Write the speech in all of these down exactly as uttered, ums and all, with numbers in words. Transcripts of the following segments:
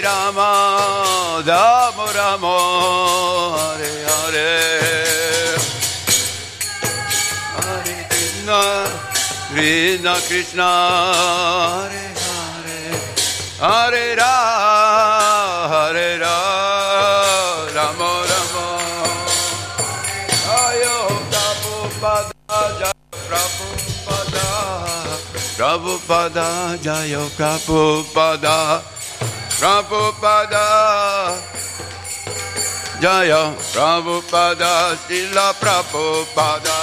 Rama, Rama Rama, Hare Hare, Hare Krishna, Krishna Krishna, Hare Hare, Hare Rama, Hare Rama, Rama Rama. Jayo Prabhupada, Jayo Prabhupada, Prabhupada, Jayo Prabhupada, Prabhupada, Jaya Prabhupada, Srila Prabhupada.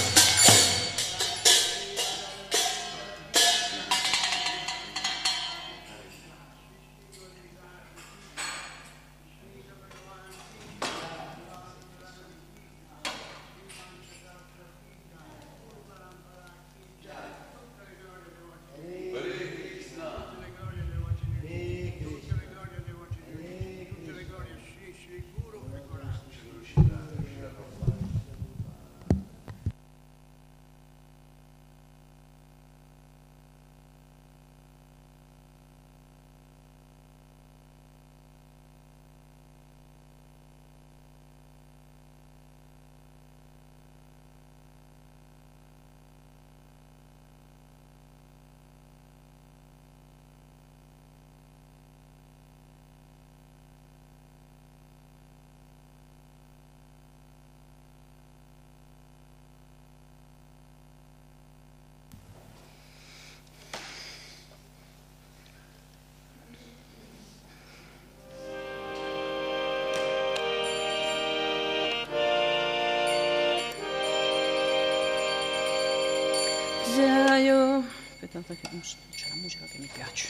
Jayo, aspettate che non c'è la musica che mi piace.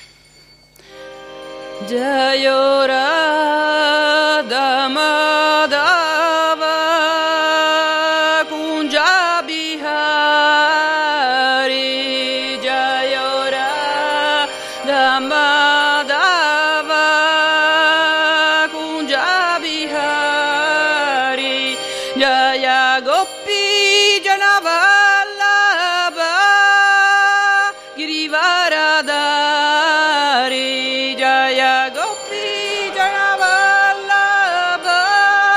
Jayo Radha Madhava Kunja Bihari, Jayo Radha Madhava Kunja Bihari, Jaya Gopi Janava Girivaradari, Jaya Gopi Janavallabha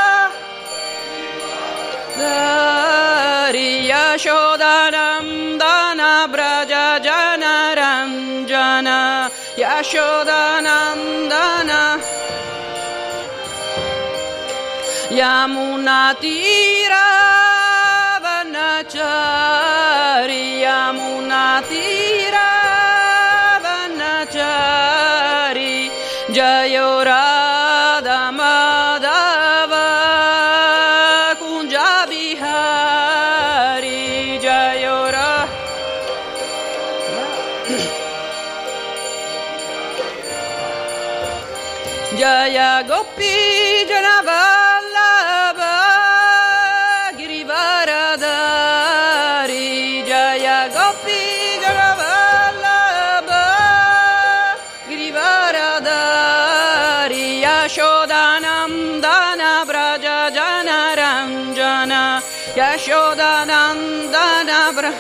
Dari, Yashodanandana Braja Jana Ranjana, Yashodanandana Yamunatira Vanachari, Yamunatira Vanachari, Jayo Radha Madhava Kunja Bihari, Jayo Radha Jaya Gopi Janavallabha Girivaradari, Jaya Gopi Janavallabha Girivaradari, Yashodanandana Braja Jana Ranjana, Yashodanandana Braja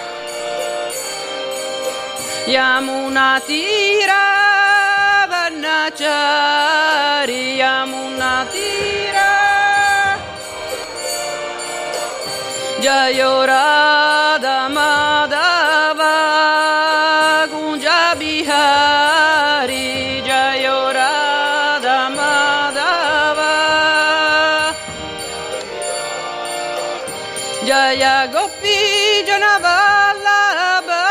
Yamunatira Vanachari, Yamunatira Jayo Radha Madhava Kunja Bihari, Jayo Radha Madhava Jaya Gopi Janavallabha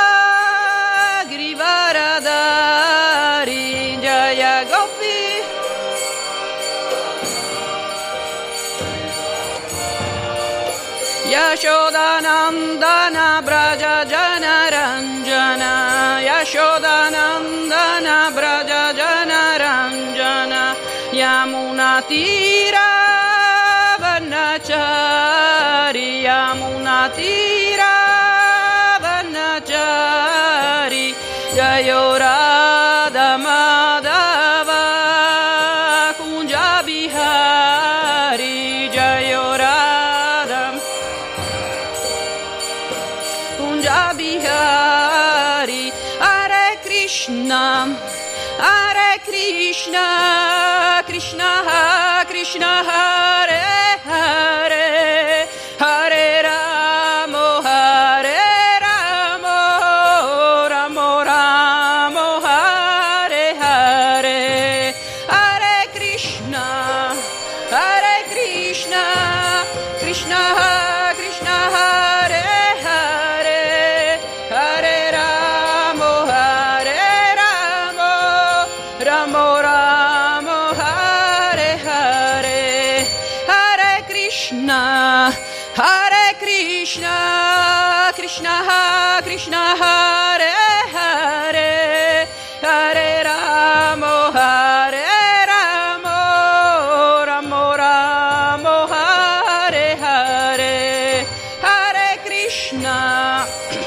Girivaradari, Jaya Gopi Yashodanandana Braja Jana Ranjana, Yashodanandana Braja Jana Ranjana, Yamunatira Vanachari, Yamunatira Vanachari, Jayo Radha Madhava Kunja Bihari, Jayo Radha Kunja Bihari, Hare Krishna, Hare Krishna, Krishna Krishna Hare Hare Hare Ramo Hare Ramo Ramo Ramo Hare Hare Hare Krishna Hare Krishna Krishna Krishna Hare Hare Hare Ramo Hare Ramo Ramo Ramo Hare Hare Hare Krishna Hare Krishna Krishna Krishna Hare Hare Hare Ramo Hare Ramo Ramo Ramo Hare Hare Hare Krishna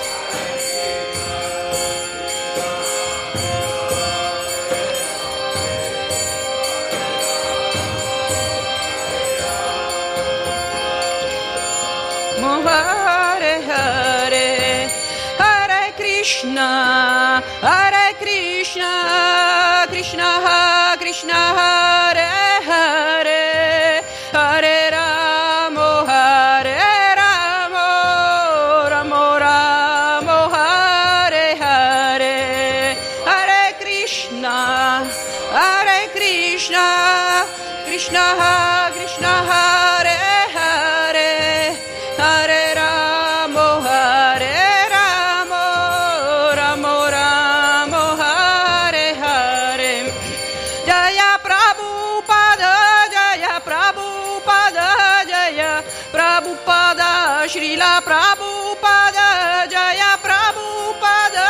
Hare Hare Hare Krishna Hare Krishna Krishna Krishna Hare Hare Hare Ramo Hare Ramo Ramo Ramo Hare Hare Hare Krishna Hare Krishna Krishna Krishna Hare Hare Hare Ramo Hare Ramo Ramo Ramo Hare Hare Jaya Prabhupada Jaya Prabhupada Jaya Prabhupada Srila Prabhupada Jaya Prabhupada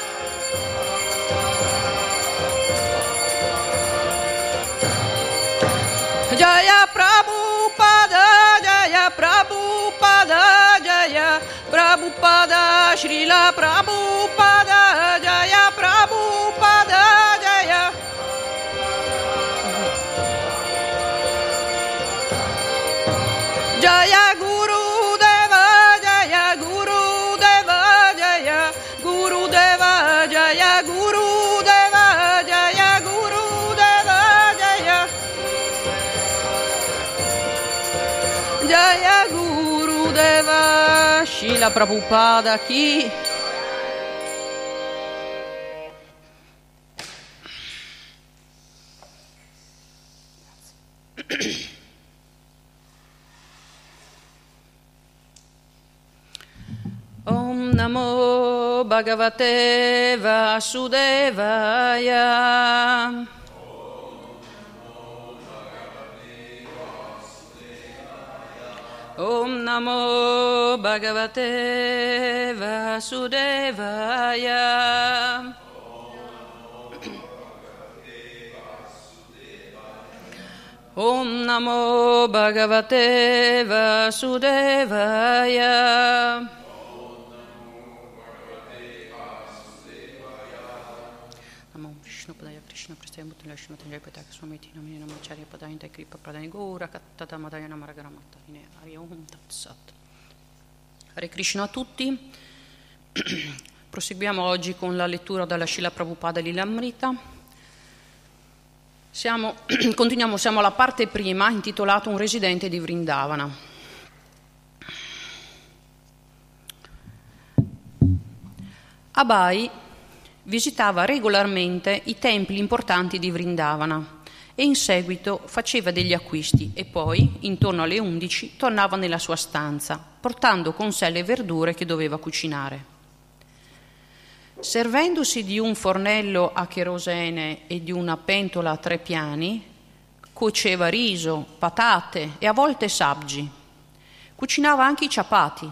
Jaya Prabhupada Jaya Prabhupada Jaya Prabhupada Srila Prabhupada Jaya Prabhupada Jaya Jaya Guru Deva Jaya Guru Deva Jaya Guru Deva Jaya Guru Deva Jaya Guru Deva Jaya Jaya Guru Deva Srila Prabhupada Ki Om Namo Bhagavate Vasudevaya Om Namo Bhagavate Vasudevaya Om Namo Bhagavate Vasudevaya Namo Vishnu Padaya Krishna Prastaya Mutala Shri Matanjaya Pataka Swamiti Namini Namacharya Padayanta Kripa Pradani Gora Kattata Madaya Namaragaramata Hari Om Tat Sat. Hare Krishna a tutti. Proseguiamo oggi con la lettura dalla Srila Prabhupada Lilamrita. Siamo, continuiamo, siamo alla parte prima, intitolata Un residente di Vrindavana. Abai visitava regolarmente i templi importanti di Vrindavana e in seguito faceva degli acquisti e poi, intorno alle undici, tornava nella sua stanza, portando con sé le verdure che doveva cucinare. Servendosi di un fornello a cherosene e di una pentola a tre piani, cuoceva riso, patate e a volte sabji. Cucinava anche i ciapati.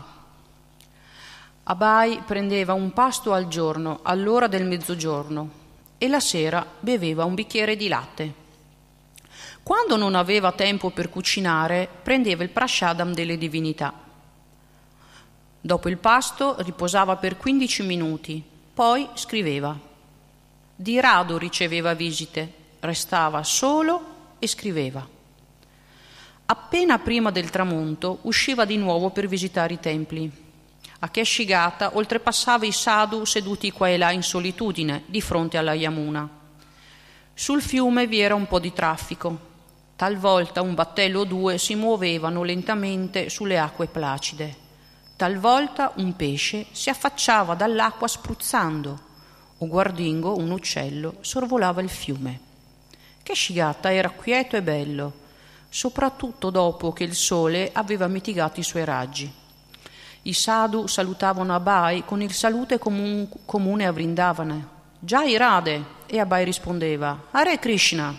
Abai prendeva un pasto al giorno all'ora del mezzogiorno e la sera beveva un bicchiere di latte. Quando non aveva tempo per cucinare, prendeva il prashadam delle divinità. Dopo il pasto riposava per quindici minuti, poi scriveva. Di rado riceveva visite, restava solo e scriveva. Appena prima del tramonto usciva di nuovo per visitare i templi. A Keshigata oltrepassava i sadhu seduti qua e là in solitudine di fronte alla Yamuna. Sul fiume vi era un po' di traffico Talvolta un battello o due si muovevano lentamente sulle acque placide. Talvolta un pesce si affacciava dall'acqua spruzzando, o guardingo, un uccello, sorvolava il fiume. Keshigatta era quieto e bello, soprattutto dopo che il sole aveva mitigato i suoi raggi. I sadhu salutavano Abai con il salute comun- comune a Vrindavana. Jai Radhe! E Abai rispondeva, Hare Krishna!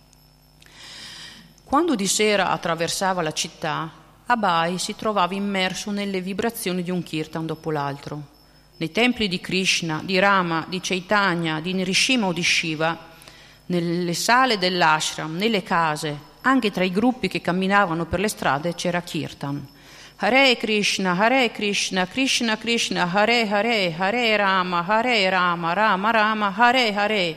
Quando di sera attraversava la città, Abai si trovava immerso nelle vibrazioni di un kirtan dopo l'altro. Nei templi di Krishna, di Rama, di Chaitanya, di Nrishima o di Shiva, nelle sale dell'ashram, nelle case, anche tra i gruppi che camminavano per le strade c'era kirtan. Hare Krishna, Hare Krishna, Krishna Krishna, Hare Hare, Hare Rama, Hare Rama, Rama Rama, Hare Hare.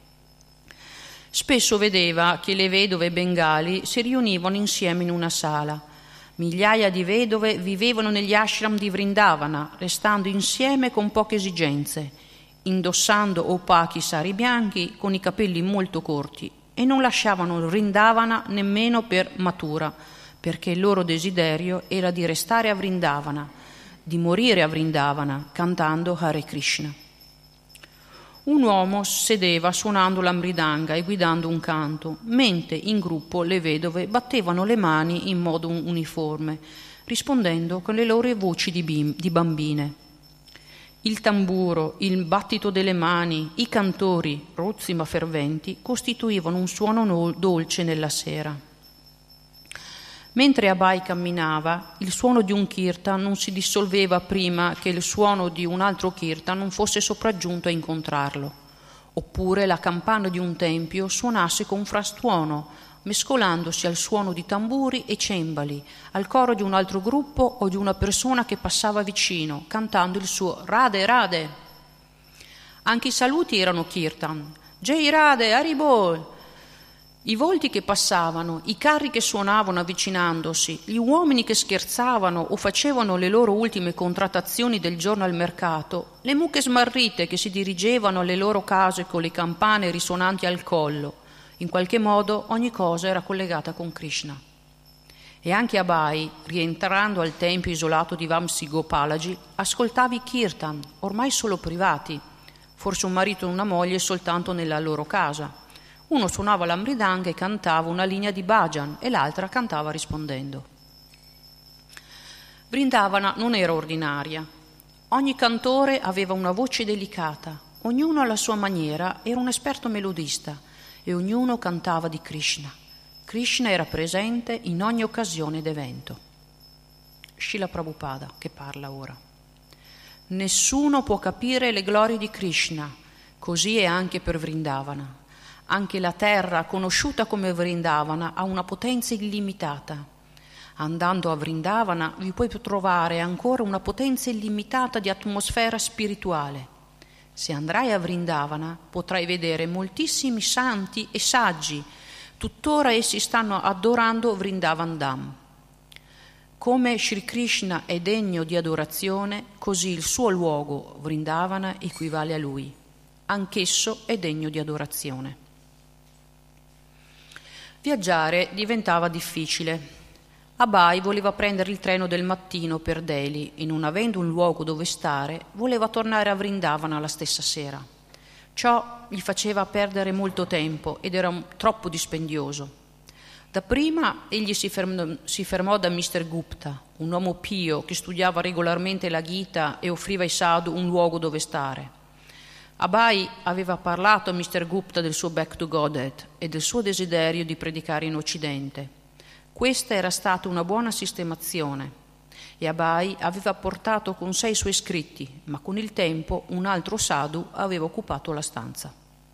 Spesso vedeva che le vedove bengali si riunivano insieme in una sala. Migliaia di vedove vivevano negli ashram di Vrindavana, restando insieme con poche esigenze, indossando opachi sari bianchi con i capelli molto corti e non lasciavano Vrindavana nemmeno per Mathura, perché il loro desiderio era di restare a Vrindavana, di morire a Vrindavana cantando Hare Krishna. Un uomo sedeva suonando la mridanga e guidando un canto, mentre in gruppo le vedove battevano le mani in modo uniforme, rispondendo con le loro voci di, bim- di bambine. Il tamburo, il battito delle mani, i cantori, rozzi ma ferventi, costituivano un suono no- dolce nella sera. Mentre Abai camminava, il suono di un kirtan non si dissolveva prima che il suono di un altro kirtan non fosse sopraggiunto a incontrarlo, oppure la campana di un tempio suonasse con frastuono, mescolandosi al suono di tamburi e cembali, al coro di un altro gruppo o di una persona che passava vicino, cantando il suo Radhe Radhe. Anche i saluti erano kirtan. Jai Radhe, Haribol! I volti che passavano, i carri che suonavano avvicinandosi, gli uomini che scherzavano o facevano le loro ultime contrattazioni del giorno al mercato, le mucche smarrite che si dirigevano alle loro case con le campane risuonanti al collo. In qualche modo ogni cosa era collegata con Krishna. E anche Abai, rientrando al tempio isolato di Vamsi Gopalaji, ascoltava i kirtan, ormai solo privati, forse un marito e una moglie soltanto nella loro casa. Uno suonava la mridanga e cantava una linea di bhajan e l'altra cantava rispondendo. Vrindavana non era ordinaria. Ogni cantore aveva una voce delicata, ognuno alla sua maniera era un esperto melodista e ognuno cantava di Krishna. Krishna era presente in ogni occasione ed evento. Srila Prabhupada che parla ora. Nessuno può capire le glorie di Krishna, così è anche per Vrindavana. Anche la terra, conosciuta come Vrindavana, ha una potenza illimitata. Andando a Vrindavana vi puoi trovare ancora una potenza illimitata di atmosfera spirituale. Se andrai a Vrindavana potrai vedere moltissimi santi e saggi. Tuttora essi stanno adorando Vrindavan Dham. Come Sri Krishna è degno di adorazione, così il suo luogo, Vrindavana, equivale a lui. Anch'esso è degno di adorazione. Viaggiare diventava difficile. Abai voleva prendere il treno del mattino per Delhi e, non avendo un luogo dove stare, voleva tornare a Vrindavana la stessa sera. Ciò gli faceva perdere molto tempo ed era troppo dispendioso. Dapprima egli si fermò, si fermò da mister Gupta, un uomo pio che studiava regolarmente la Gita e offriva ai sadhu un luogo dove stare. Abai aveva parlato a mister Gupta del suo Back to Godhead e del suo desiderio di predicare in Occidente. Questa era stata una buona sistemazione e Abai aveva portato con sé i suoi scritti, ma con il tempo un altro sadhu aveva occupato la stanza.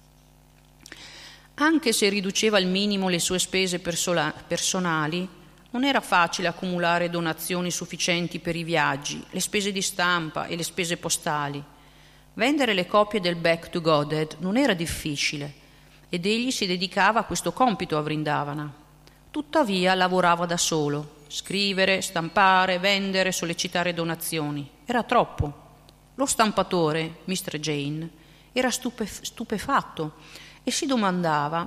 Anche se riduceva al minimo le sue spese persola- personali, non era facile accumulare donazioni sufficienti per i viaggi, le spese di stampa e le spese postali. Vendere le copie del Back to Godhead non era difficile ed egli si dedicava a questo compito a Vrindavana. Tuttavia lavorava da solo, scrivere, stampare, vendere, sollecitare donazioni. Era troppo. Lo stampatore, mister Jain, era stupe- stupefatto e si domandava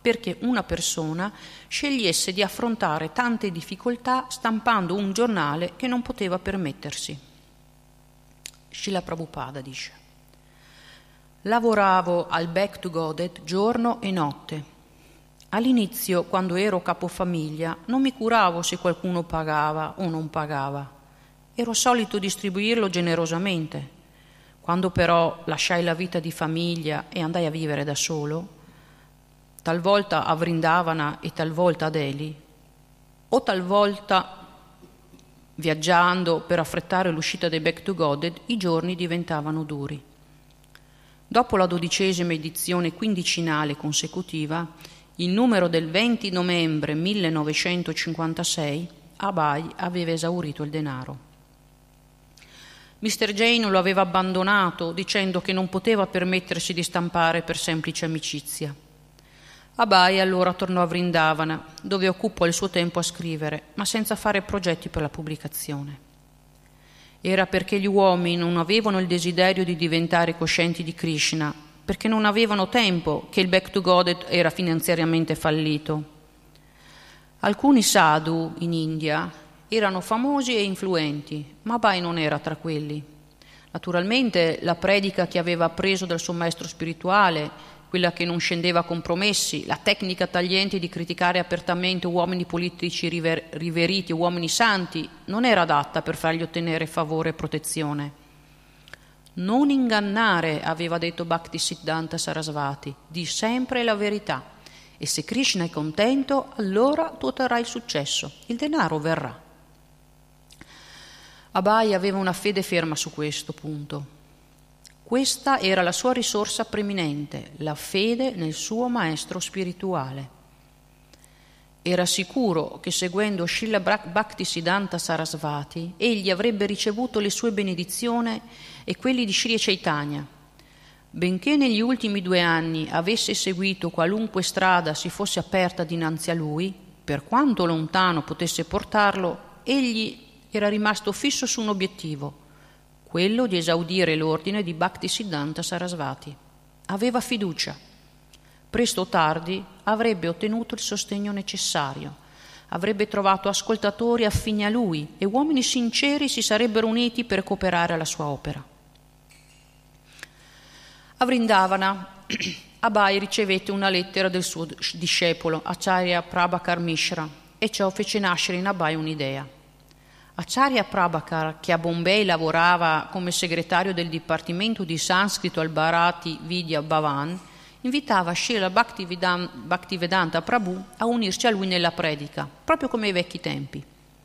perché una persona scegliesse di affrontare tante difficoltà stampando un giornale che non poteva permettersi. Srila Prabhupada dice: lavoravo al Back to Godhead giorno e notte. All'inizio, quando ero capofamiglia, non mi curavo se qualcuno pagava o non pagava. Ero solito distribuirlo generosamente. Quando però lasciai la vita di famiglia e andai a vivere da solo, talvolta a Vrindavana e talvolta a Delhi, o talvolta viaggiando per affrettare l'uscita dei Back to Godhead, i giorni diventavano duri. Dopo la dodicesima edizione quindicinale consecutiva, il numero del venti novembre millenovecentocinquantasei, Abai aveva esaurito il denaro. mister Jain lo aveva abbandonato dicendo che non poteva permettersi di stampare per semplice amicizia. Abai allora tornò a Vrindavana, dove occupò il suo tempo a scrivere, ma senza fare progetti per la pubblicazione. Era perché gli uomini non avevano il desiderio di diventare coscienti di Krishna, perché non avevano tempo, che il Back to Godhead era finanziariamente fallito. Alcuni sadhu in India erano famosi e influenti, ma Abai non era tra quelli. Naturalmente la predica che aveva appreso dal suo maestro spirituale, quella che non scendeva a compromessi, la tecnica tagliente di criticare apertamente uomini politici river- riveriti, uomini santi, non era adatta per fargli ottenere favore e protezione. Non ingannare, aveva detto Bhaktisiddhanta Sarasvati, di sempre la verità, e se Krishna è contento, allora tu otterrai il successo, il denaro verrà. Abai aveva una fede ferma su questo punto. Questa era la sua risorsa preminente, la fede nel suo maestro spirituale. Era sicuro che seguendo Srila Bhaktisiddhanta Sarasvati, egli avrebbe ricevuto le sue benedizioni e quelli di Sri Chaitanya. Benché negli ultimi due anni avesse seguito qualunque strada si fosse aperta dinanzi a lui, per quanto lontano potesse portarlo, egli era rimasto fisso su un obiettivo, quello di esaudire l'ordine di Bhaktisiddhanta Sarasvati. Aveva fiducia. Presto o tardi avrebbe ottenuto il sostegno necessario, avrebbe trovato ascoltatori affini a lui e uomini sinceri si sarebbero uniti per cooperare alla sua opera. A Vrindavana, Abai ricevette una lettera del suo discepolo, Acharya Prabhakar Mishra, e ciò fece nascere in Abai un'idea. Acharya Prabhakar, che a Bombay lavorava come segretario del Dipartimento di Sanscrito al Bharati Vidya Bhavan, invitava Srila Bhaktivedanta Prabhu a unirsi a lui nella predica, proprio come ai vecchi tempi.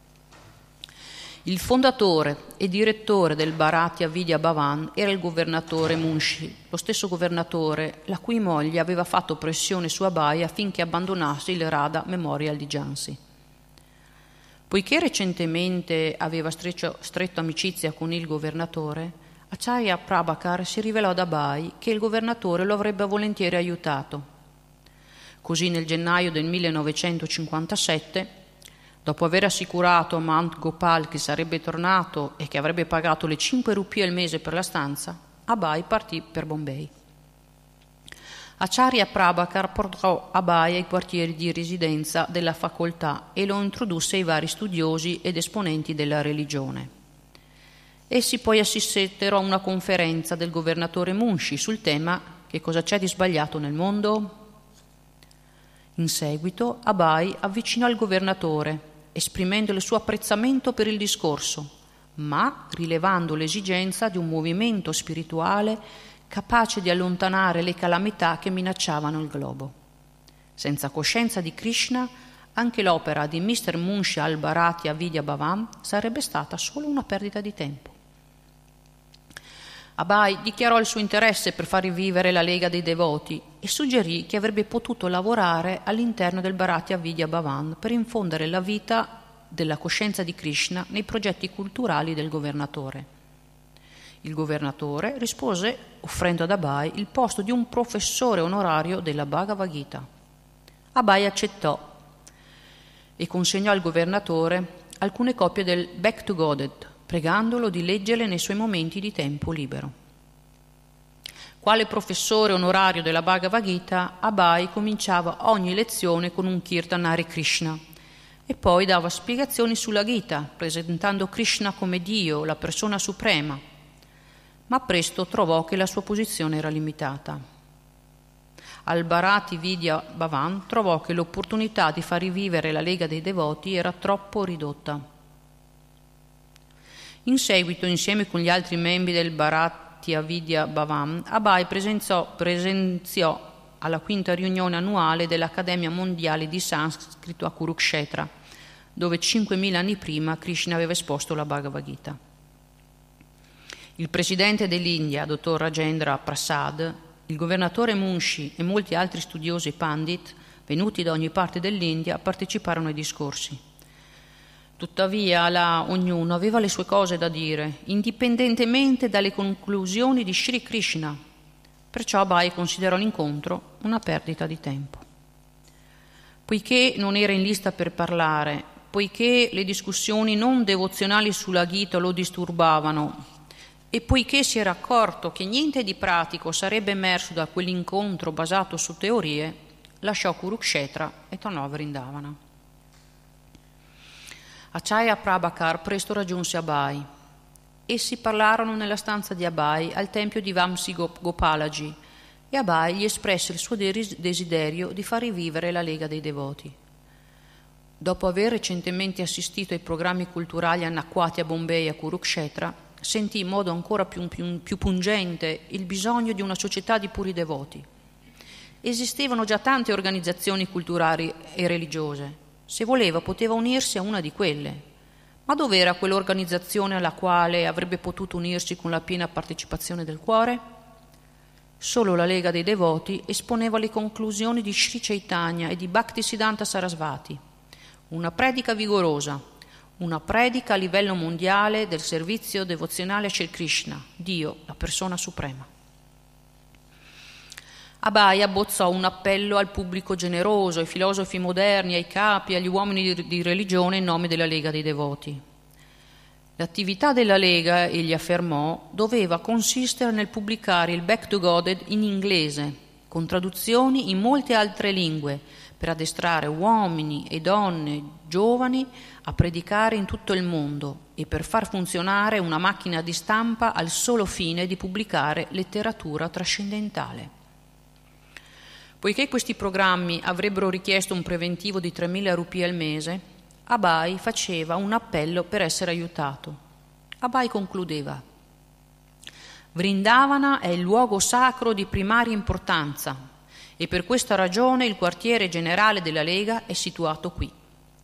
Il fondatore e direttore del Bharati Vidya Bhavan era il governatore Munshi, lo stesso governatore la cui moglie aveva fatto pressione su Abai affinché abbandonasse il Radha Memorial di Jhansi. Poiché recentemente aveva stretto, stretto amicizia con il governatore, Acharya Prabhakar si rivelò ad Abai che il governatore lo avrebbe volentieri aiutato. Così nel gennaio del millenovecentocinquantasette, dopo aver assicurato a Mahant Gopal che sarebbe tornato e che avrebbe pagato le cinque rupie al mese per la stanza, Abai partì per Bombay. Acharya Prabhakar portò Abai ai quartieri di residenza della facoltà e lo introdusse ai vari studiosi ed esponenti della religione. Essi poi assistettero a una conferenza del governatore Munshi sul tema «Che cosa c'è di sbagliato nel mondo?». In seguito Abai avvicinò il governatore, esprimendo il suo apprezzamento per il discorso, ma rilevando l'esigenza di un movimento spirituale capace di allontanare le calamità che minacciavano il globo. Senza coscienza di Krishna, anche l'opera di mister Munshi al Bharati Vidya Bhavan sarebbe stata solo una perdita di tempo. Abai dichiarò il suo interesse per far rivivere la Lega dei Devoti e suggerì che avrebbe potuto lavorare all'interno del Bharati Vidya Bhavan per infondere la vita della coscienza di Krishna nei progetti culturali del governatore. Il governatore rispose offrendo ad Abai il posto di un professore onorario della Bhagavad Gita. Abai accettò e consegnò al governatore alcune copie del Back to Godhead, pregandolo di leggerle nei suoi momenti di tempo libero. Quale professore onorario della Bhagavad Gita, Abai cominciava ogni lezione con un kirtan Hare Krishna e poi dava spiegazioni sulla Gita, presentando Krishna come Dio, la persona suprema, ma presto trovò che la sua posizione era limitata. Al Bharati Vidya Bhavan trovò che l'opportunità di far rivivere la Lega dei Devoti era troppo ridotta. In seguito, insieme con gli altri membri del Bharati Vidya Bhavan, Abai presenziò, presenziò alla quinta riunione annuale dell'Accademia Mondiale di Sanscrito a Kurukshetra, dove cinquemila anni prima Krishna aveva esposto la Bhagavad Gita. Il presidente dell'India, dottor Rajendra Prasad, il governatore Munshi e molti altri studiosi pandit, venuti da ogni parte dell'India, parteciparono ai discorsi. Tuttavia, là ognuno aveva le sue cose da dire, indipendentemente dalle conclusioni di Sri Krishna. Perciò Abai considerò l'incontro una perdita di tempo. Poiché non era in lista per parlare, poiché le discussioni non devozionali sulla Gita lo disturbavano e poiché si era accorto che niente di pratico sarebbe emerso da quell'incontro basato su teorie, lasciò Kurukshetra e tornò a Vrindavana. Acharya Prabhakar presto raggiunse Abai. Essi parlarono nella stanza di Abai al tempio di Vamsi Gopalaji e Abai gli espresse il suo desiderio di far rivivere la Lega dei Devoti. Dopo aver recentemente assistito ai programmi culturali anacquati a Bombay e a Kurukshetra, sentì in modo ancora più, più, più pungente il bisogno di una società di puri devoti. Esistevano già tante organizzazioni culturali e religiose. Se voleva poteva unirsi a una di quelle. Ma dov'era quell'organizzazione alla quale avrebbe potuto unirsi con la piena partecipazione del cuore? Solo la Lega dei Devoti esponeva le conclusioni di Sri Chaitanya e di Bhaktisiddhanta Sarasvati. Una predica vigorosa, una predica a livello mondiale del servizio devozionale a Sri Krishna, Dio, la persona suprema. Abai abbozzò un appello al pubblico generoso, ai filosofi moderni, ai capi, agli uomini di religione in nome della Lega dei Devoti. L'attività della Lega, egli affermò, doveva consistere nel pubblicare il Back to God in inglese, con traduzioni in molte altre lingue, per addestrare uomini e donne giovani a predicare in tutto il mondo e per far funzionare una macchina di stampa al solo fine di pubblicare letteratura trascendentale. Poiché questi programmi avrebbero richiesto un preventivo di tremila rupie al mese, Abai faceva un appello per essere aiutato. Abai concludeva: Vrindavana è il luogo sacro di primaria importanza e per questa ragione il quartiere generale della Lega è situato qui.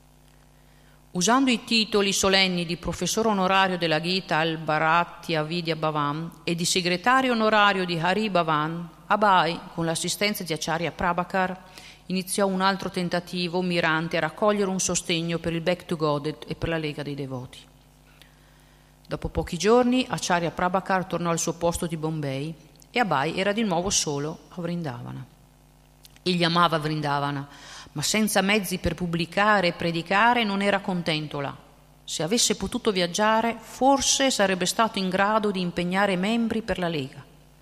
Usando i titoli solenni di professore onorario della Gita al Bharati Vidya Bhavan e di segretario onorario di Hari Bhavan, Abai, con l'assistenza di Acharya Prabhakar, iniziò un altro tentativo mirante a raccogliere un sostegno per il Back to God e per la Lega dei Devoti. Dopo pochi giorni Acharya Prabhakar tornò al suo posto di Bombay e Abai era di nuovo solo a Vrindavana. Egli amava Vrindavana, ma senza mezzi per pubblicare e predicare non era contento là. Se avesse potuto viaggiare, forse sarebbe stato in grado di impegnare membri per la Lega.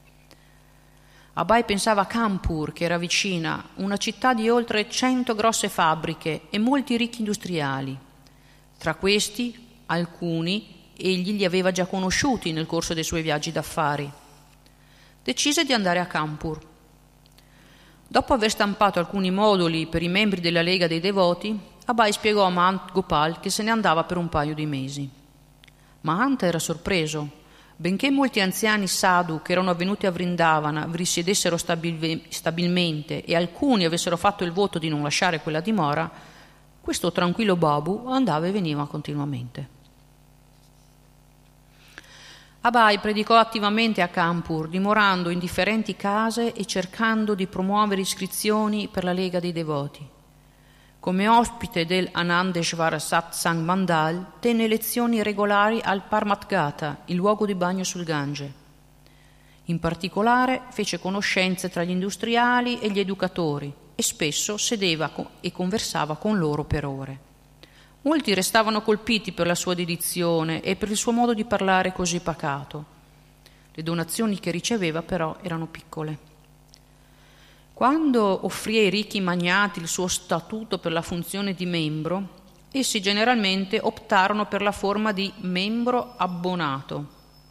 Abai pensava a Kanpur, che era vicina, una città di oltre cento grosse fabbriche e molti ricchi industriali. Tra questi, alcuni egli li aveva già conosciuti nel corso dei suoi viaggi d'affari. Decise di andare a Kanpur. Dopo aver stampato alcuni moduli per i membri della Lega dei Devoti, Abai spiegò a Mahant Gopal che se ne andava per un paio di mesi. Mahant era sorpreso. Benché molti anziani sadhu che erano venuti a Vrindavana risiedessero stabil- stabilmente e alcuni avessero fatto il voto di non lasciare quella dimora, questo tranquillo Babu andava e veniva continuamente. Abai predicò attivamente a Kanpur, dimorando in differenti case e cercando di promuovere iscrizioni per la Lega dei Devoti. Come ospite del Anandeshwara Satsang Mandal, tenne lezioni regolari al Parmat Gata, il luogo di bagno sul Gange. In particolare fece conoscenze tra gli industriali e gli educatori e spesso sedeva e conversava con loro per ore. Molti restavano colpiti per la sua dedizione e per il suo modo di parlare così pacato. Le donazioni che riceveva però erano piccole. Quando offrì ai ricchi magnati il suo statuto per la funzione di membro, essi generalmente optarono per la forma di membro abbonato.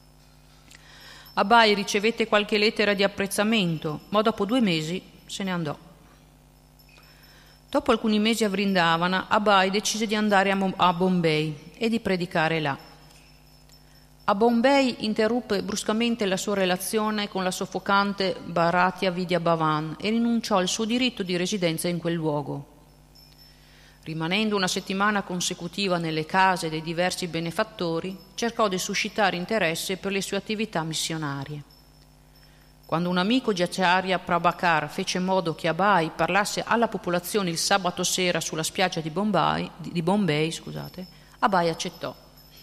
Abai ricevette qualche lettera di apprezzamento, ma dopo due mesi se ne andò. Dopo alcuni mesi a Vrindavana, Abai decise di andare a Bombay e di predicare là. A Bombay interruppe bruscamente la sua relazione con la soffocante Bharatya Vidya Bhavan e rinunciò al suo diritto di residenza in quel luogo. Rimanendo una settimana consecutiva nelle case dei diversi benefattori, cercò di suscitare interesse per le sue attività missionarie. Quando un amico di Acharya Prabhakar fece in modo che Abai parlasse alla popolazione il sabato sera sulla spiaggia di Bombay, di Bombay scusate, Abai accettò.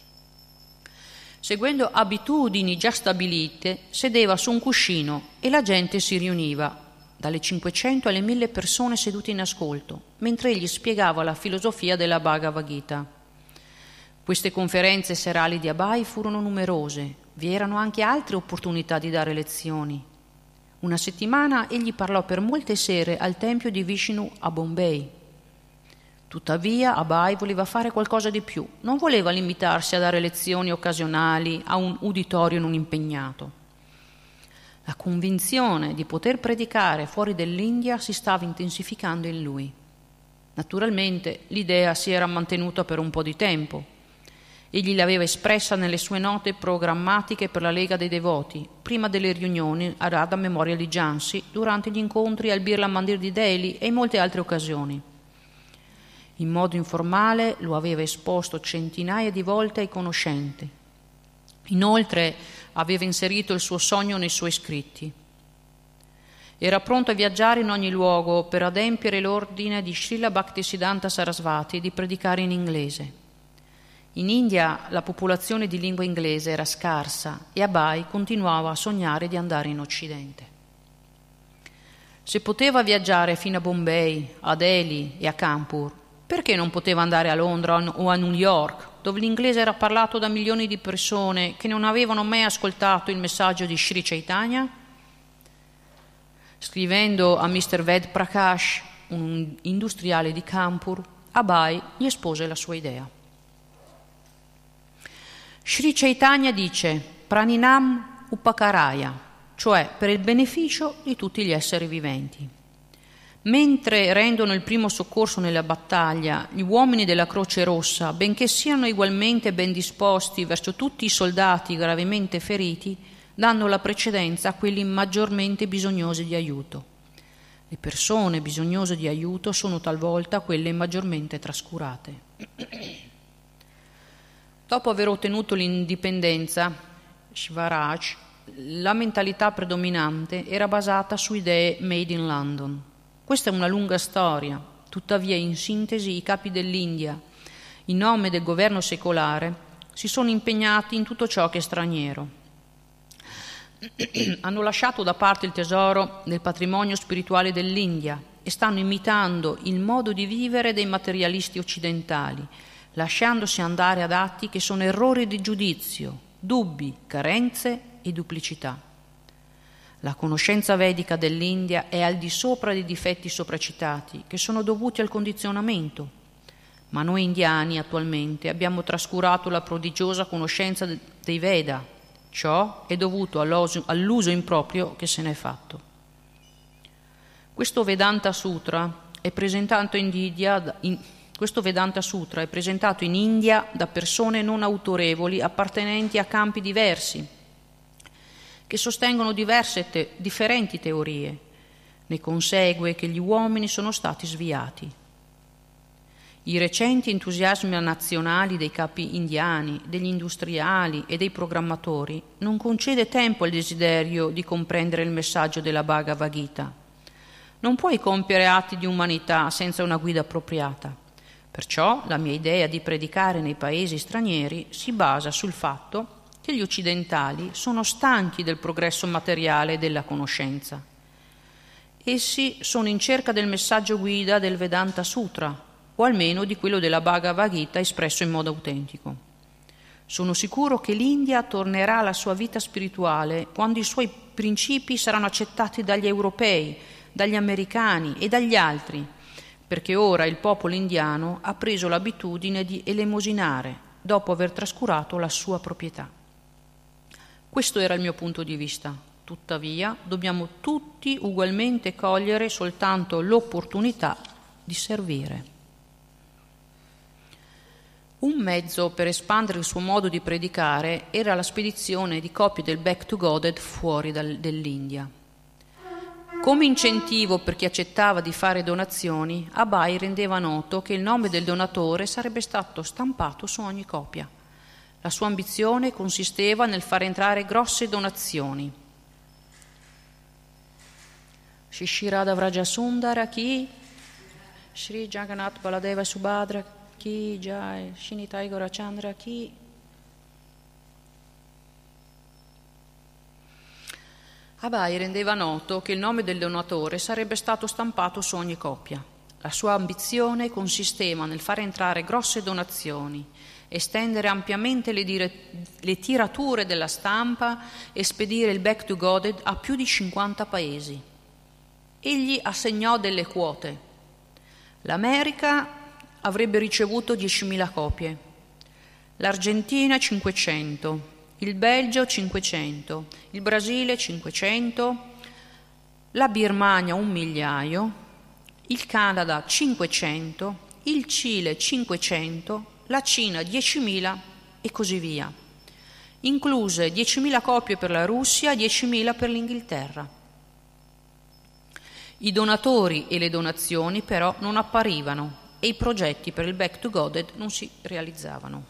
Seguendo abitudini già stabilite, sedeva su un cuscino e la gente si riuniva, dalle cinquecento alle mille persone sedute in ascolto, mentre egli spiegava la filosofia della Bhagavad Gita. Queste conferenze serali di Abai furono numerose, vi erano anche altre opportunità di dare lezioni. Una settimana egli parlò per molte sere al tempio di Vishnu a Bombay. Tuttavia Abai voleva fare qualcosa di più, non voleva limitarsi a dare lezioni occasionali a un uditorio non impegnato. La convinzione di poter predicare fuori dell'India si stava intensificando in lui. Naturalmente l'idea si era mantenuta per un po' di tempo. Egli l'aveva espressa nelle sue note programmatiche per la Lega dei Devoti, prima delle riunioni a Radha Memorial di Jhansi, durante gli incontri al Birla Mandir di Delhi e in molte altre occasioni. In modo informale lo aveva esposto centinaia di volte ai conoscenti. Inoltre aveva inserito il suo sogno nei suoi scritti. Era pronto a viaggiare in ogni luogo per adempiere l'ordine di Srila Bhaktisiddhanta Sarasvati di predicare in inglese. In India la popolazione di lingua inglese era scarsa e Abai continuava a sognare di andare in Occidente. Se poteva viaggiare fino a Bombay, a Delhi e a Kanpur, perché non poteva andare a Londra o a New York, dove l'inglese era parlato da milioni di persone che non avevano mai ascoltato il messaggio di Sri Chaitanya? Scrivendo a mister Ved Prakash, un industriale di Kanpur, Abai gli espose la sua idea. Sri Chaitanya dice Praninam Upakaraya, cioè per il beneficio di tutti gli esseri viventi. Mentre rendono il primo soccorso nella battaglia, gli uomini della Croce Rossa, benché siano ugualmente ben disposti verso tutti i soldati gravemente feriti, danno la precedenza a quelli maggiormente bisognosi di aiuto. Le persone bisognose di aiuto sono talvolta quelle maggiormente trascurate. Dopo aver ottenuto l'indipendenza, Swaraj, la mentalità predominante era basata su idee made in London. Questa è una lunga storia, tuttavia in sintesi i capi dell'India, in nome del governo secolare, si sono impegnati in tutto ciò che è straniero. Hanno lasciato da parte il tesoro del patrimonio spirituale dell'India e stanno imitando il modo di vivere dei materialisti occidentali, lasciandosi andare ad atti che sono errori di giudizio, dubbi, carenze e duplicità. La conoscenza vedica dell'India è al di sopra dei difetti sopracitati, che sono dovuti al condizionamento. Ma noi indiani attualmente abbiamo trascurato la prodigiosa conoscenza dei Veda. Ciò è dovuto all'uso improprio che se ne è fatto. Questo Vedanta Sutra è presentato in India, in, questo Vedanta Sutra è presentato in India da persone non autorevoli appartenenti a campi diversi, che sostengono diverse te- differenti teorie. Ne consegue che gli uomini sono stati sviati. I recenti entusiasmi nazionali dei capi indiani, degli industriali e dei programmatori non concede tempo al desiderio di comprendere il messaggio della Bhagavad Gita. Non puoi compiere atti di umanità senza una guida appropriata. Perciò la mia idea di predicare nei paesi stranieri si basa sul fatto che gli occidentali sono stanchi del progresso materiale e della conoscenza. Essi sono in cerca del messaggio guida del Vedanta Sutra, o almeno di quello della Bhagavad Gita espresso in modo autentico. Sono sicuro che l'India tornerà alla sua vita spirituale quando i suoi principi saranno accettati dagli europei, dagli americani e dagli altri, perché ora il popolo indiano ha preso l'abitudine di elemosinare dopo aver trascurato la sua proprietà. Questo era il mio punto di vista. Tuttavia, dobbiamo tutti ugualmente cogliere soltanto l'opportunità di servire. Un mezzo per espandere il suo modo di predicare era la spedizione di copie del Back to Godhead fuori dal, dell'India. Come incentivo per chi accettava di fare donazioni, Abai rendeva noto che il nome del donatore sarebbe stato stampato su ogni copia. La sua ambizione consisteva nel far entrare grosse donazioni. Shri Radha Vrajasundara Ki, Shri Jagannath Baladeva Subhadra Ki Jai, Shri Nitai Gaurachandra Ki. Abai rendeva noto che il nome del donatore sarebbe stato stampato su ogni copia. La sua ambizione consisteva nel far entrare grosse donazioni, estendere ampiamente le, dire, le tirature della stampa e spedire il Back to Godhead a più di cinquanta paesi. Egli assegnò delle quote. L'America avrebbe ricevuto diecimila copie, l'Argentina cinquecento, il Belgio cinquecento, il Brasile cinquecento, la Birmania un migliaio, il Canada cinquecento, il Cile cinquecento, la Cina diecimila e così via, incluse diecimila copie per la Russia e diecimila per l'Inghilterra. I donatori e le donazioni però non apparivano e i progetti per il Back to Godhead non si realizzavano.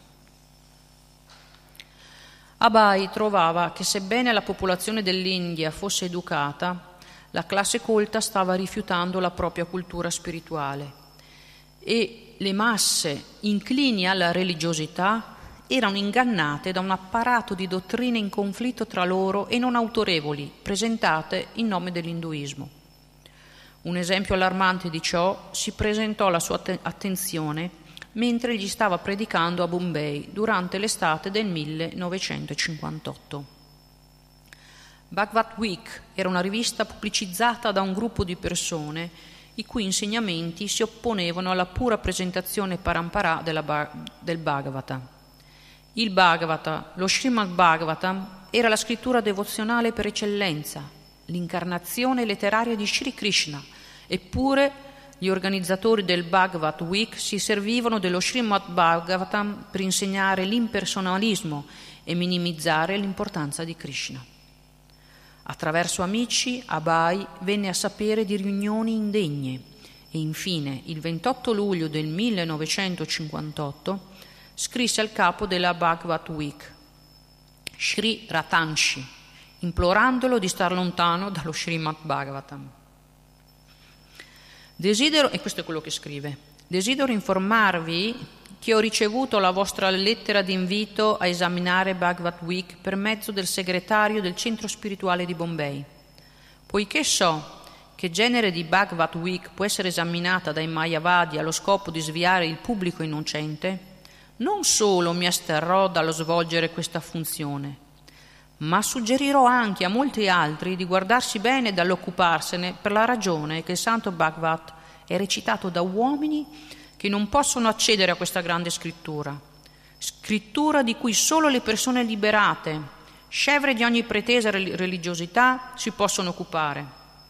Abai trovava che sebbene la popolazione dell'India fosse educata, la classe colta stava rifiutando la propria cultura spirituale e le masse inclini alla religiosità erano ingannate da un apparato di dottrine in conflitto tra loro e non autorevoli, presentate in nome dell'induismo. Un esempio allarmante di ciò si presentò alla sua attenzione mentre gli stava predicando a Bombay durante l'estate del millenovecentocinquantotto. Bhagavad Week era una rivista pubblicizzata da un gruppo di persone i cui insegnamenti si opponevano alla pura presentazione parampara della, del Bhagavata. Il Bhagavata, lo Srimad Bhagavatam, era la scrittura devozionale per eccellenza, l'incarnazione letteraria di Sri Krishna, eppure gli organizzatori del Bhagavad Week si servivano dello Srimad Bhagavatam per insegnare l'impersonalismo e minimizzare l'importanza di Krishna. Attraverso amici, Abai venne a sapere di riunioni indegne e infine, il ventotto luglio del millenovecentocinquantotto, scrisse al capo della Bhagavad Week, Sri Ratanshi, implorandolo di star lontano dallo Srimad Bhagavatam. Desidero, e questo è quello che scrive, desidero informarvi che ho ricevuto la vostra lettera di invito a esaminare Bhagavad Week per mezzo del segretario del centro spirituale di Bombay. Poiché so che genere di Bhagavad Week può essere esaminata dai Mayavadi allo scopo di sviare il pubblico innocente, non solo mi asterrò dallo svolgere questa funzione, ma suggerirò anche a molti altri di guardarsi bene dall'occuparsene per la ragione che il Santo Bhagavad è recitato da uomini che non possono accedere a questa grande scrittura, scrittura di cui solo le persone liberate, scevre di ogni pretesa religiosità, si possono occupare.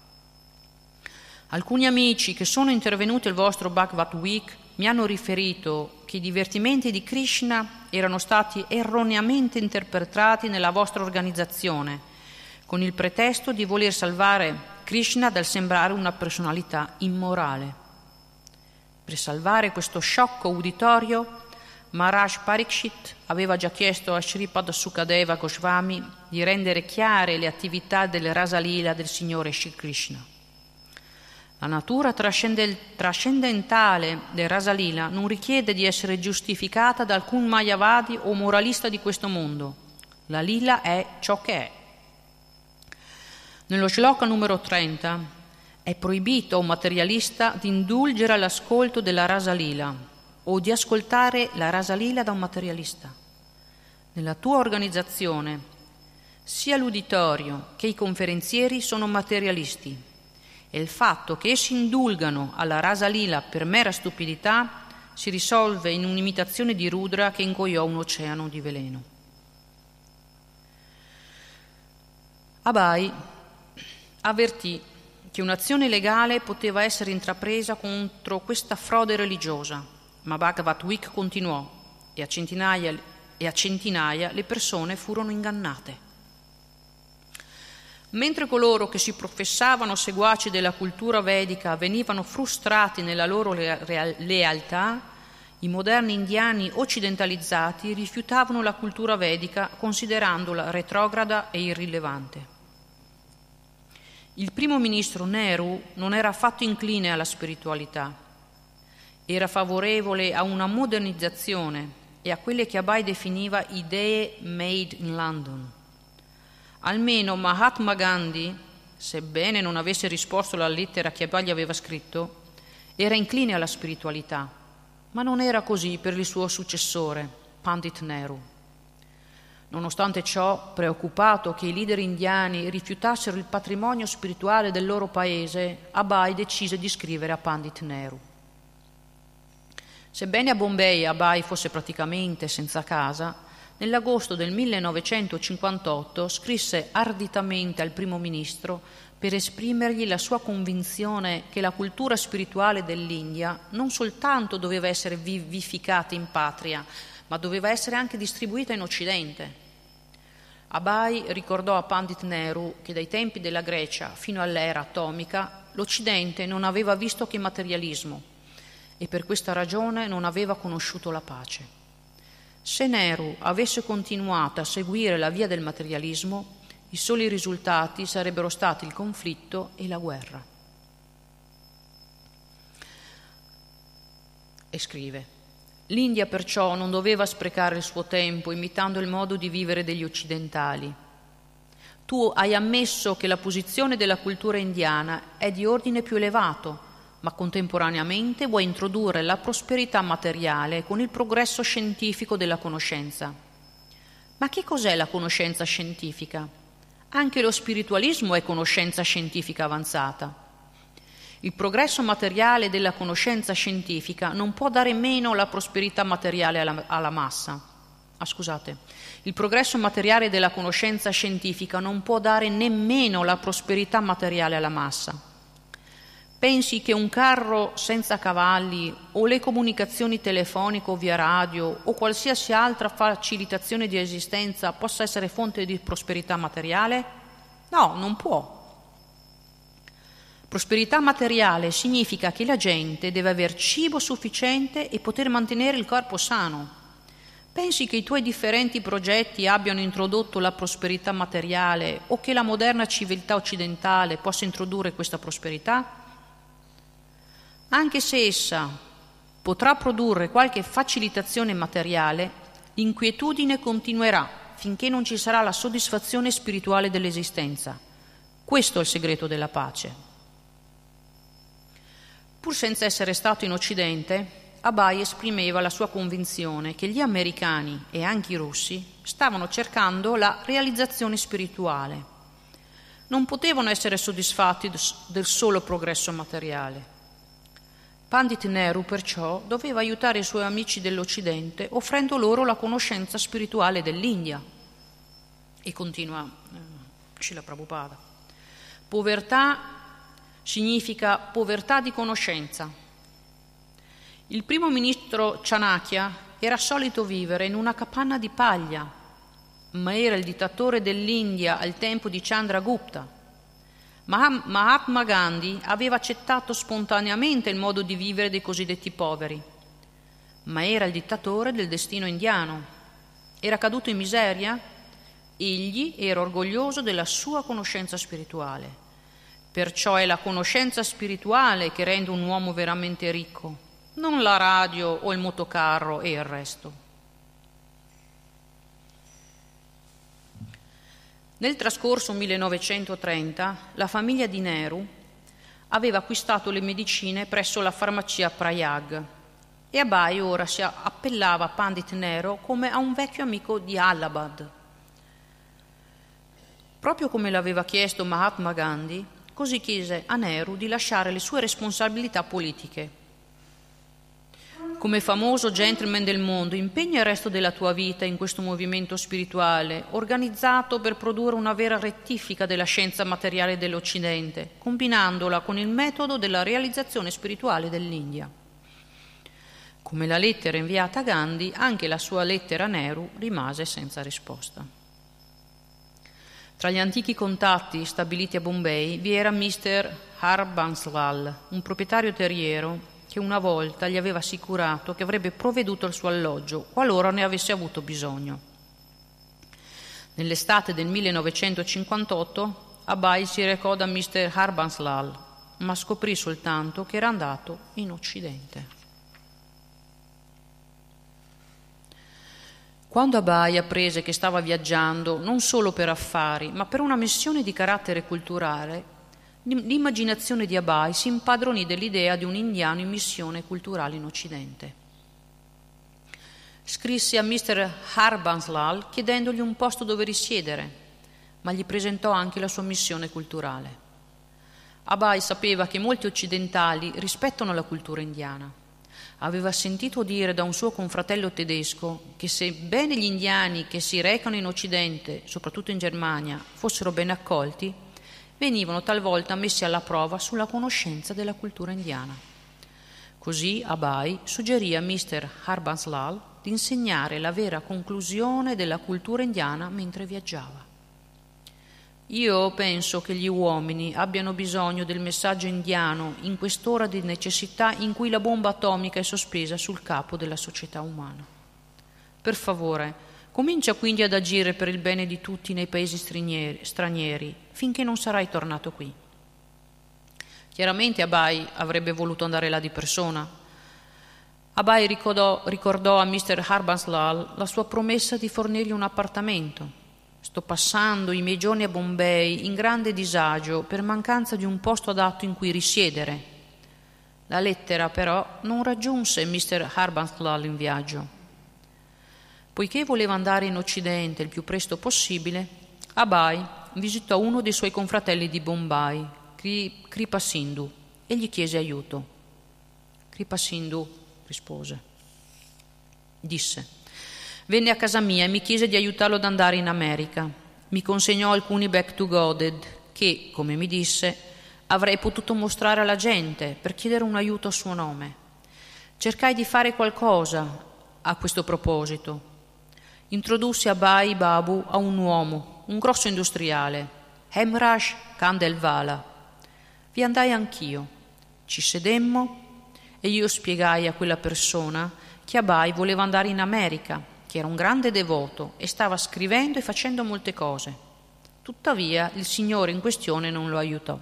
Alcuni amici che sono intervenuti al vostro Bhagavad Week mi hanno riferito che i divertimenti di Krishna erano stati erroneamente interpretati nella vostra organizzazione, con il pretesto di voler salvare Krishna dal sembrare una personalità immorale. Per salvare questo sciocco uditorio, Maharaj Parikshit aveva già chiesto a Shripad Sukadeva Goswami di rendere chiare le attività del Rasalila del Signore Shri Krishna. La natura trascendentale del Rasalila non richiede di essere giustificata da alcun Mayavadi o moralista di questo mondo. La lila è ciò che è. Nello shloka numero trenta è proibito a un materialista di indulgere all'ascolto della Rasalila o di ascoltare la Rasalila da un materialista. Nella tua organizzazione, sia l'uditorio che i conferenzieri sono materialisti e il fatto che essi indulgano alla rasa lila per mera stupidità si risolve in un'imitazione di Rudra che ingoiò un oceano di veleno. Abai avvertì che un'azione legale poteva essere intrapresa contro questa frode religiosa, ma Bhagavad Week continuò e a centinaia, e a centinaia le persone furono ingannate. Mentre coloro che si professavano seguaci della cultura vedica venivano frustrati nella loro lealtà, i moderni indiani occidentalizzati rifiutavano la cultura vedica considerandola retrograda e irrilevante. Il primo ministro Nehru non era affatto incline alla spiritualità, era favorevole a una modernizzazione e a quelle che Abai definiva idee made in London. Almeno Mahatma Gandhi, sebbene non avesse risposto alla lettera che Abai gli aveva scritto, era incline alla spiritualità, ma non era così per il suo successore, Pandit Nehru. Nonostante ciò, preoccupato che i leader indiani rifiutassero il patrimonio spirituale del loro paese, Abai decise di scrivere a Pandit Nehru. Sebbene a Bombay Abai fosse praticamente senza casa, nell'agosto del millenovecentocinquantotto scrisse arditamente al primo ministro per esprimergli la sua convinzione che la cultura spirituale dell'India non soltanto doveva essere vivificata in patria, ma doveva essere anche distribuita in Occidente. Abai ricordò a Pandit Nehru che dai tempi della Grecia fino all'era atomica l'Occidente non aveva visto che materialismo e per questa ragione non aveva conosciuto la pace. Se Nehru avesse continuato a seguire la via del materialismo, i soli risultati sarebbero stati il conflitto e la guerra. E scrive: l'India perciò non doveva sprecare il suo tempo imitando il modo di vivere degli occidentali. Tu hai ammesso che la posizione della cultura indiana è di ordine più elevato, ma contemporaneamente vuoi introdurre la prosperità materiale con il progresso scientifico della conoscenza. Ma che cos'è la conoscenza scientifica? Anche lo spiritualismo è conoscenza scientifica avanzata. Il progresso materiale della conoscenza scientifica non può dare meno alla prosperità materiale alla, alla massa. Ah, scusate. Il progresso materiale della conoscenza scientifica non può dare nemmeno la prosperità materiale alla massa. Pensi che un carro senza cavalli o le comunicazioni telefoniche o via radio o qualsiasi altra facilitazione di esistenza possa essere fonte di prosperità materiale? No, non può. Prosperità materiale significa che la gente deve aver cibo sufficiente e poter mantenere il corpo sano. Pensi che i tuoi differenti progetti abbiano introdotto la prosperità materiale o che la moderna civiltà occidentale possa introdurre questa prosperità? Anche se essa potrà produrre qualche facilitazione materiale, l'inquietudine continuerà finché non ci sarà la soddisfazione spirituale dell'esistenza. Questo è il segreto della pace. Pur senza essere stato in Occidente, Abai esprimeva la sua convinzione che gli americani e anche i russi stavano cercando la realizzazione spirituale. Non potevano essere soddisfatti del solo progresso materiale. Pandit Nehru perciò doveva aiutare i suoi amici dell'Occidente offrendo loro la conoscenza spirituale dell'India. E continua eh, Srila Prabhupada. Povertà significa povertà di conoscenza. Il primo ministro Chanakya era solito vivere in una capanna di paglia, ma era il dittatore dell'India al tempo di Chandragupta. Mahatma Gandhi aveva accettato spontaneamente il modo di vivere dei cosiddetti poveri, ma era il dittatore del destino indiano. Era caduto in miseria? Egli era orgoglioso della sua conoscenza spirituale. Perciò è la conoscenza spirituale che rende un uomo veramente ricco, non la radio o il motocarro e il resto. Nel trascorso millenovecentotrenta la famiglia di Nehru aveva acquistato le medicine presso la farmacia Prayag. e Abai ora si appellava a Pandit Nehru come a un vecchio amico di Allahabad. Proprio come l'aveva chiesto Mahatma Gandhi, così chiese a Nehru di lasciare le sue responsabilità politiche. Come famoso gentleman del mondo, impegna il resto della tua vita in questo movimento spirituale, organizzato per produrre una vera rettifica della scienza materiale dell'Occidente, combinandola con il metodo della realizzazione spirituale dell'India. Come la lettera inviata a Gandhi, anche la sua lettera a Nehru rimase senza risposta. Tra gli antichi contatti stabiliti a Bombay vi era mister Harbanslal, un proprietario terriero che una volta gli aveva assicurato che avrebbe provveduto al suo alloggio qualora ne avesse avuto bisogno. Nell'estate del millenovecentocinquantotto Abai si recò da mister Harbanslal, ma scoprì soltanto che era andato in Occidente. Quando Abai apprese che stava viaggiando non solo per affari, ma per una missione di carattere culturale, l'immaginazione di Abai si impadronì dell'idea di un indiano in missione culturale in Occidente. Scrisse a mister Harbanslal chiedendogli un posto dove risiedere, ma gli presentò anche la sua missione culturale. Abai sapeva che molti occidentali rispettano la cultura indiana. Aveva sentito dire da un suo confratello tedesco che sebbene gli indiani che si recano in Occidente, soprattutto in Germania, fossero ben accolti, venivano talvolta messi alla prova sulla conoscenza della cultura indiana. Così Abai suggerì a mister Harbanslal di insegnare la vera conclusione della cultura indiana mentre viaggiava. Io penso che gli uomini abbiano bisogno del messaggio indiano in quest'ora di necessità in cui la bomba atomica è sospesa sul capo della società umana. Per favore, comincia quindi ad agire per il bene di tutti nei paesi stranieri, stranieri finché non sarai tornato qui. Chiaramente Abai avrebbe voluto andare là di persona. Abai ricordò, ricordò a mister Harbanslal la sua promessa di fornirgli un appartamento. Sto passando i miei giorni a Bombay in grande disagio per mancanza di un posto adatto in cui risiedere. La lettera però non raggiunse mister Harbanslal in viaggio. Poiché voleva andare in Occidente il più presto possibile, Abai visitò uno dei suoi confratelli di Bombay, Kripa Sindhu, e gli chiese aiuto. Kripa Sindhu rispose. Disse: venne a casa mia e mi chiese di aiutarlo ad andare in America. Mi consegnò alcuni back to Godhead che, come mi disse, avrei potuto mostrare alla gente per chiedere un aiuto a suo nome. Cercai di fare qualcosa a questo proposito. Introdussi Abai Babu a un uomo, un grosso industriale, Hemraj Khandelwala. Vi andai anch'io. Ci sedemmo e io spiegai a quella persona che Abai voleva andare in America, che era un grande devoto e stava scrivendo e facendo molte cose. Tuttavia il signore in questione non lo aiutò.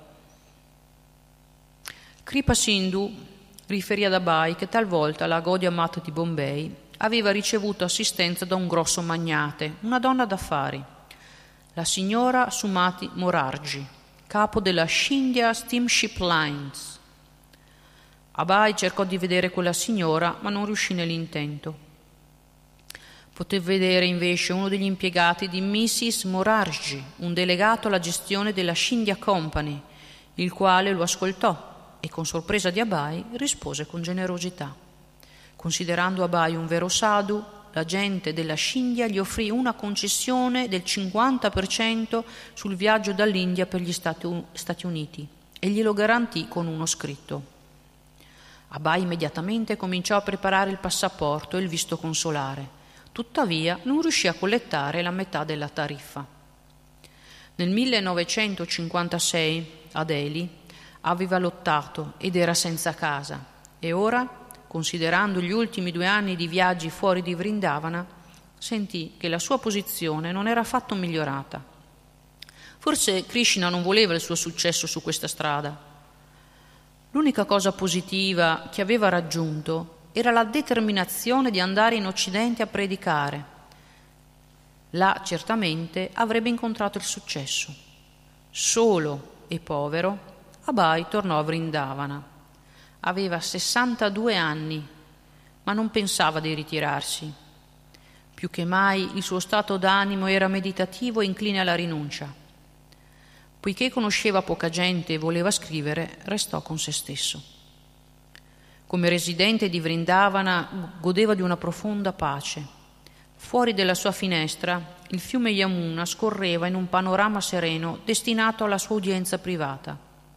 Kripa Sindhu riferì ad Abai che talvolta la Gaudiya Math di Bombay aveva ricevuto assistenza da un grosso magnate, una donna d'affari, la signora Sumati Morarji, capo della Scindia Steamship Lines. Abai cercò di vedere quella signora, ma non riuscì nell'intento. Poté vedere invece uno degli impiegati di missus Morarji, un delegato alla gestione della Scindia Company, il quale lo ascoltò e con sorpresa di Abai rispose con generosità. Considerando Abai un vero sadhu, la gente della Scindia gli offrì una concessione del cinquanta per cento sul viaggio dall'India per gli Stati Uniti e glielo garantì con uno scritto. Abai immediatamente cominciò a preparare il passaporto e il visto consolare. Tuttavia non riuscì a collettare la metà della tariffa. Nel millenovecentocinquantasei a Delhi aveva lottato ed era senza casa e ora, considerando gli ultimi due anni di viaggi fuori di Vrindavana, sentì che la sua posizione non era affatto migliorata. Forse Krishna non voleva il suo successo su questa strada. L'unica cosa positiva che aveva raggiunto era la determinazione di andare in Occidente a predicare. Là certamente avrebbe incontrato il successo. Solo e povero, Abai tornò a Vrindavana. Aveva sessantadue anni, ma non pensava di ritirarsi. Più che mai il suo stato d'animo era meditativo e incline alla rinuncia. Poiché conosceva poca gente e voleva scrivere, restò con se stesso. Come residente di Vrindavana godeva di una profonda pace. Fuori della sua finestra il fiume Yamuna scorreva in un panorama sereno destinato alla sua udienza privata.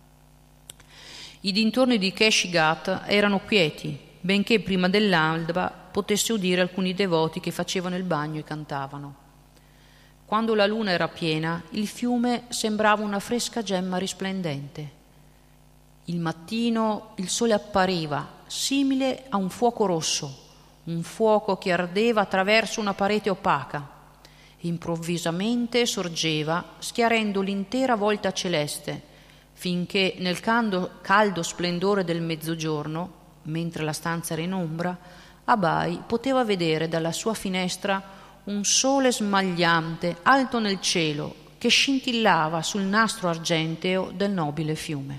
I dintorni di Kesh-Ghat erano quieti, benché prima dell'alba potesse udire alcuni devoti che facevano il bagno e cantavano. Quando la luna era piena, il fiume sembrava una fresca gemma risplendente. Il mattino il sole appariva simile a un fuoco rosso, un fuoco che ardeva attraverso una parete opaca. Improvvisamente sorgeva, schiarendo l'intera volta celeste, finché nel caldo, caldo splendore del mezzogiorno, mentre la stanza era in ombra, Abai poteva vedere dalla sua finestra un sole smagliante alto nel cielo che scintillava sul nastro argenteo del nobile fiume.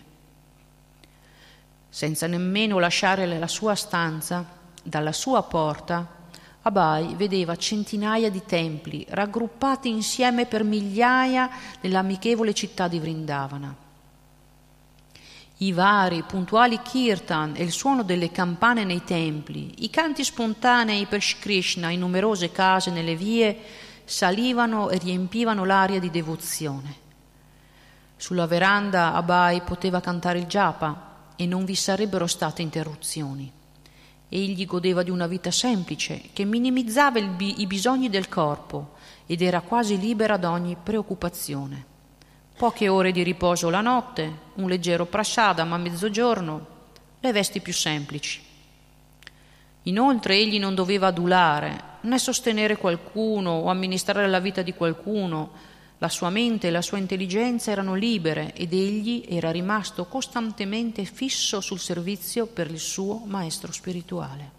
Senza nemmeno lasciare la sua stanza, dalla sua porta, Abai vedeva centinaia di templi raggruppati insieme per migliaia nell'amichevole città di Vrindavana. I vari puntuali kirtan e il suono delle campane nei templi, i canti spontanei per Shri Krishna in numerose case nelle vie salivano e riempivano l'aria di devozione. Sulla veranda Abai poteva cantare il japa e non vi sarebbero state interruzioni. Egli godeva di una vita semplice che minimizzava il bi- i bisogni del corpo ed era quasi libera da ogni preoccupazione. Poche ore di riposo la notte, un leggero prasadam a mezzogiorno, le vesti più semplici. Inoltre egli non doveva adulare, né sostenere qualcuno o amministrare la vita di qualcuno. La sua mente e la sua intelligenza erano libere ed egli era rimasto costantemente fisso sul servizio per il suo maestro spirituale.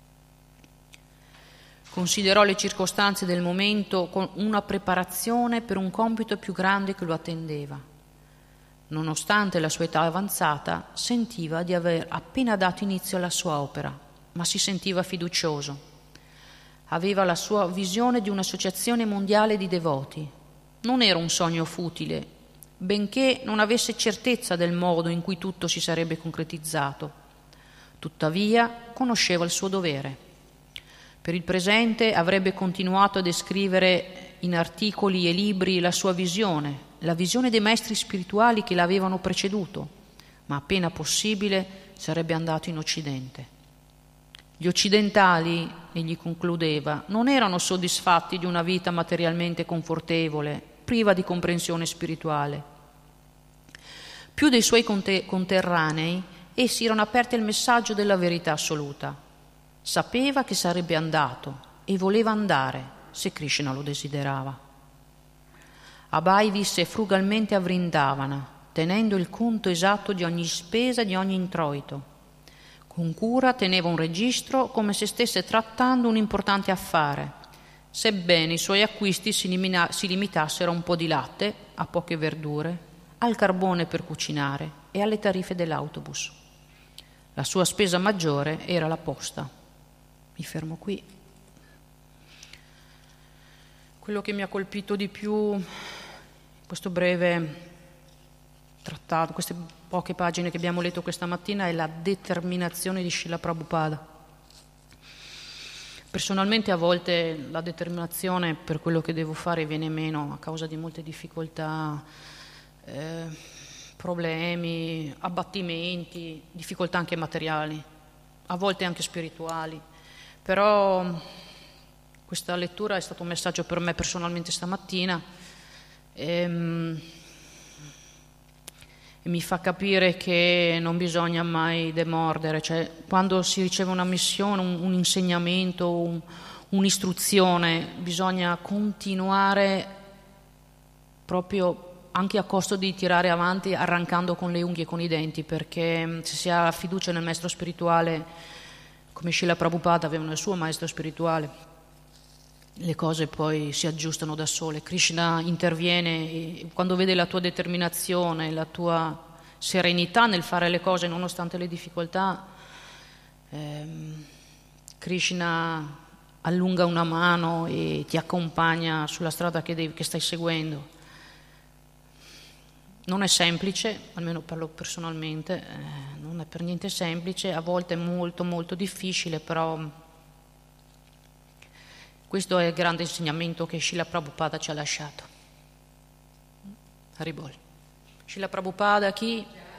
Considerò le circostanze del momento con una preparazione per un compito più grande che lo attendeva. Nonostante la sua età avanzata, sentiva di aver appena dato inizio alla sua opera, ma si sentiva fiducioso. Aveva la sua visione di un'associazione mondiale di devoti. Non era un sogno futile, benché non avesse certezza del modo in cui tutto si sarebbe concretizzato. Tuttavia, conosceva il suo dovere. Per il presente avrebbe continuato a descrivere in articoli e libri la sua visione, la visione dei maestri spirituali che l'avevano preceduto, ma appena possibile sarebbe andato in Occidente. Gli occidentali, egli concludeva, non erano soddisfatti di una vita materialmente confortevole, priva di comprensione spirituale. Più dei suoi conterranei, essi erano aperti al messaggio della verità assoluta. Sapeva che sarebbe andato e voleva andare se Krishna lo desiderava. Abai visse frugalmente a Vrindavana, tenendo il conto esatto di ogni spesa e di ogni introito. Con cura teneva un registro come se stesse trattando un importante affare, sebbene i suoi acquisti si, limina- si limitassero a un po' di latte, a poche verdure, al carbone per cucinare e alle tariffe dell'autobus. La sua spesa maggiore era la posta. Mi fermo qui. Quello che mi ha colpito di più in questo breve trattato, queste poche pagine che abbiamo letto questa mattina, è la determinazione di Srila Prabhupada. Personalmente a volte la determinazione per quello che devo fare viene meno a causa di molte difficoltà, eh, problemi, abbattimenti, difficoltà anche materiali, a volte anche spirituali. Però questa lettura è stato un messaggio per me personalmente stamattina e, e mi fa capire che non bisogna mai demordere, cioè quando si riceve una missione, un, un insegnamento, un, un'istruzione, bisogna continuare proprio anche a costo di tirare avanti arrancando con le unghie e con i denti, perché se si ha fiducia nel maestro spirituale, come Srila Prabhupada aveva nel suo maestro spirituale, le cose poi si aggiustano da sole. Krishna interviene e quando vede la tua determinazione, la tua serenità nel fare le cose nonostante le difficoltà, ehm, Krishna allunga una mano e ti accompagna sulla strada che, devi, che stai seguendo. Non è semplice, almeno parlo personalmente, eh, non è per niente semplice, a volte è molto molto difficile, però questo è il grande insegnamento che Srila Prabhupada ci ha lasciato. Haribol. Srila Prabhupada chi?